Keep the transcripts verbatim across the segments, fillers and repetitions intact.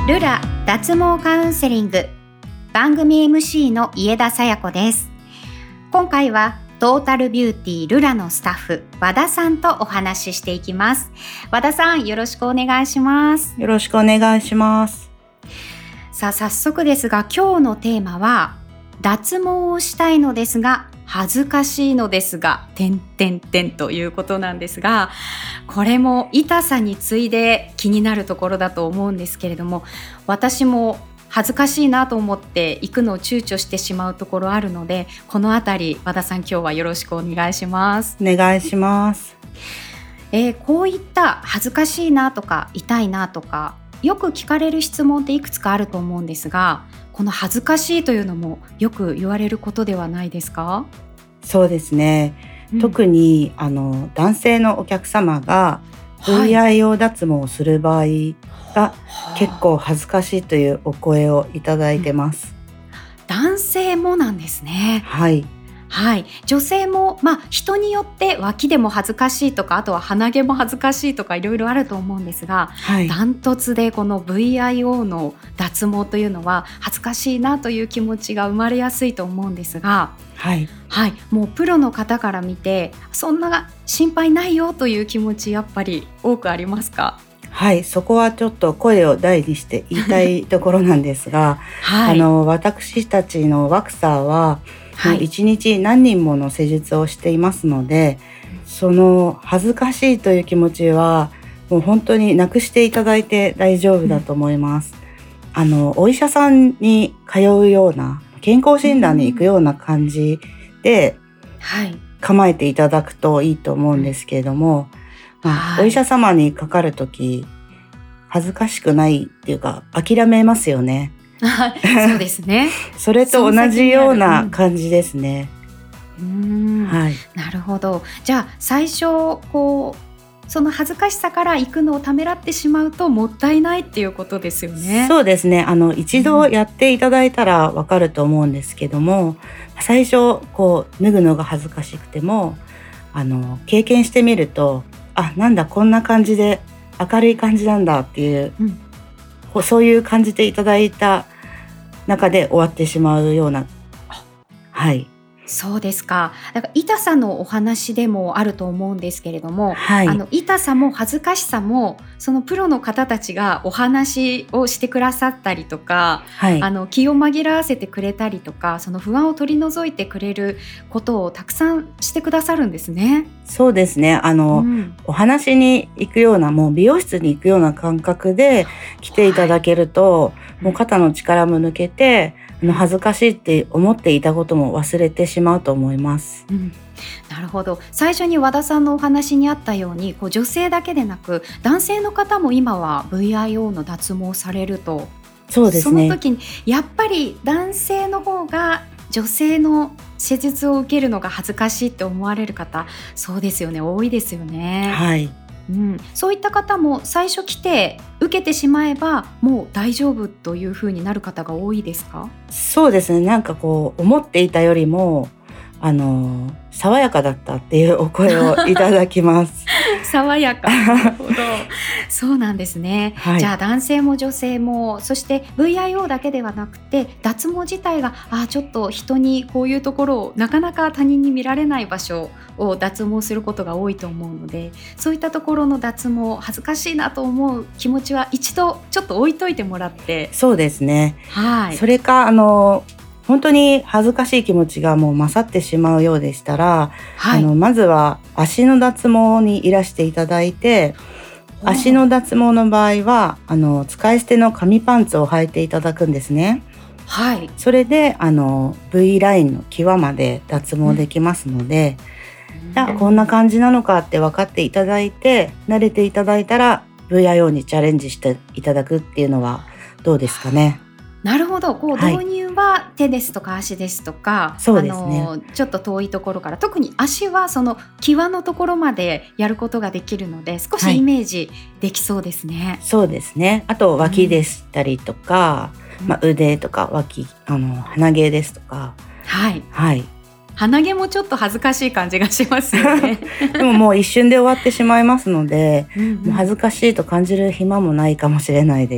ルラ脱毛カウンセリング、番組 エムシー の家田紗耶子です。今回はトータルビューティールラのスタッフ和田さんとお話ししていきます。和田さん、よろしくお願いします。 よろしくお願いします。 さあ、早速ですが、今日のテーマは脱毛をしたいのですが恥ずかしいのですが点点点ということなんですが、これも痛さに次いで気になるところだと思うんですけれども、私も恥ずかしいなと思って行くのを躊躇してしまうところあるので、このあたり和田さん、今日はよろしくお願いします。 お願いします。 えー、こういった恥ずかしいなとか痛いなとかよく聞かれる質問っていくつかあると思うんですが、この恥ずかしいというのもよく言われることではないですか？ そうですね、うん、特にあの男性のお客様が ブイアイオー 脱毛をする場合が結構恥ずかしいというお声をいただいてます、 うん、男性もなんですね。 はいはい、女性も、まあ、人によって脇でも恥ずかしいとか、あとは鼻毛も恥ずかしいとかいろいろあると思うんですが、はい、ダントツでこの ブイアイオー の脱毛というのは恥ずかしいなという気持ちが生まれやすいと思うんですが、 はいはい、もうプロの方から見てそんな心配ないよという気持ちやっぱり多くありますか？ はい、そこはちょっと声を大にして言いたいところなんですが、はい、あの私たちのワクサーは、はい、いちにち何人もの施術をしていますので、その恥ずかしいという気持ちはもう本当になくしていただいて大丈夫だと思います、うん、あのお医者さんに通うような健康診断に行くような感じで構えていただくといいと思うんですけれども、まあはい、お医者様にかかるとき恥ずかしくないっていうか諦めますよね。 そうですねそれと同じような感じですね。 うーん、はい、なるほど。じゃあ最初こうその恥ずかしさから行くのをためらってしまうともったいないっていうことですよね。 そうですね、あの一度やっていただいたらわかると思うんですけども、うん、最初こう脱ぐのが恥ずかしくてもあの経験してみると、あ、なんだこんな感じで明るい感じなんだっていう、うん、そういう感じていただいた中で終わってしまうような、はい、 そうですか。だから痛さのお話でもあると思うんですけれども、 はい、 あの痛さも恥ずかしさもそのプロの方たちがお話をしてくださったりとか、はい、あの気を紛らわせてくれたりとか、その不安を取り除いてくれることをたくさんしてくださるんですね。 そうですね、あの、うん、お話に行くような、もう美容室に行くような感覚で来ていただけると、はい、もう肩の力も抜けて恥ずかしいって思っていたことも忘れてしまうと思います、 うん、なるほど。最初に和田さんのお話にあったように、こう女性だけでなく男性の方も今は ブイアイオー の脱毛されると。 そうですね、 その時にやっぱり男性の方が女性の施術を受けるのが恥ずかしいって思われる方、そうですよね、多いですよね。 はい、 うん、そういった方も最初来て受けてしまえばもう大丈夫という風になる方が多いですか？ そうですね、なんかこう思っていたよりもあの爽やかだったっていうお声をいただきます爽やか、なるほどそうなんですね、はい、じゃあ男性も女性も、そして ブイアイオー だけではなくて脱毛自体があちょっと人にこういうところをなかなか他人に見られない場所を脱毛することが多いと思うので、そういったところの脱毛恥ずかしいなと思う気持ちは一度ちょっと置いといてもらって。 そうですね、 はい、 それかあの本当に恥ずかしい気持ちがもう勝ってしまうようでしたら、はい、あのまずは足の脱毛にいらしていただいて、足の脱毛の場合はあの使い捨ての紙パンツを履いていただくんですね。 はい、 それであの V ラインの際まで脱毛できますので、うん、こんな感じなのかって分かっていただいて慣れていただいたら ブイアイオー にチャレンジしていただくっていうのはどうですかね。 なるほど。こう導入は手ですとか足ですとか、 そうですね、 あのちょっと遠いところから、特に足はその際のところまでやることができるので少しイメージできそうですね、 はい、そうですね。あと脇でしたりとか、うんまあ、腕とか脇あの鼻毛ですとか、 はい、 はい、 鼻毛もちょっと恥ずかしい感じがしますよねでももう一瞬で終わってしまいますので、 うん、うん、 もう恥ずかしいと感じる暇もないかもしれないです。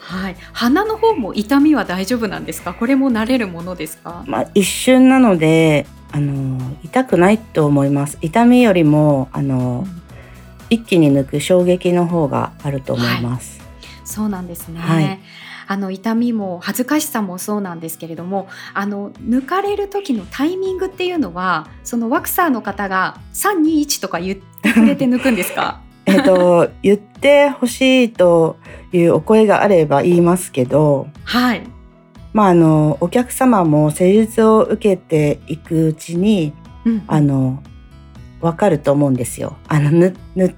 はい、鼻の方も痛みは大丈夫なんですか？これも慣れるものですか？ まあ、一瞬なのであの痛くないと思います。痛みよりもあの、うん、一気に抜く衝撃の方があると思います。 はい、そうなんですね。 はい、 あの痛みも恥ずかしさもそうなんですけれども、あの抜かれる時のタイミングっていうのはそのワクサーの方がさんにいちとか言ってくれて抜くんですか？ えっと言ってほしいというお声があれば言いますけど、 はい、 まあ、あのお客様も施術を受けていくうちに、うん、あの分かると思うんですよ。あの塗って、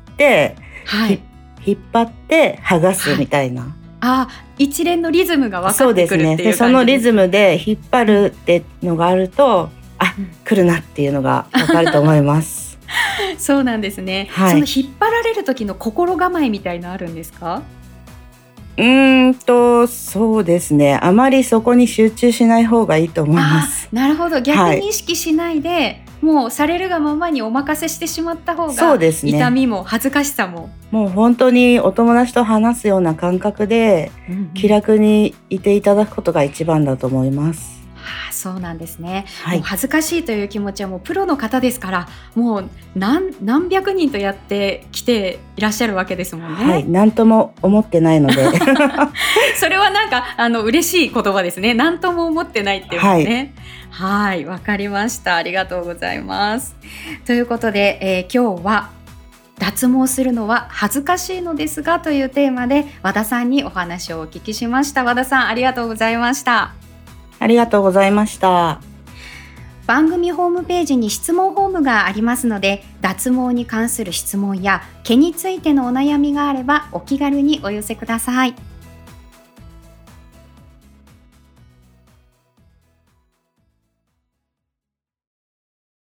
はい、引っ張って剥がすみたいな、はい、 あ、一連のリズムが分かってくるっていう感じですね。そうですね。でそのリズムで引っ張るってのがあると、あ、うん、来るなっていうのが分かると思いますそうなんですね、はい、その引っ張られる時の心構えみたいなのあるんですか？ うーんとそうですね、あまりそこに集中しない方がいいと思います。 なるほど、逆に意識しないで、はい、もうされるがままにお任せしてしまった方が、そうですね、痛みも恥ずかしさももう本当にお友達と話すような感覚で、うんうん、気楽にいていただくことが一番だと思います。 はあ、そうなんですね、はい、もう恥ずかしいという気持ちはもうプロの方ですからもう 何, 何百人とやってきていらっしゃるわけですもんね。 はい、何とも思ってないのでそれはなんかあの嬉しい言葉ですね。何とも思ってないっていうのね。はい、わかりました。ありがとうございます。ということで、えー、今日は脱毛するのは恥ずかしいのですがというテーマで和田さんにお話をお聞きしました。和田さん、ありがとうございました。 ありがとうございました。 番組ホームページに質問フォームがありますので、脱毛に関する質問や毛についてのお悩みがあればお気軽にお寄せください。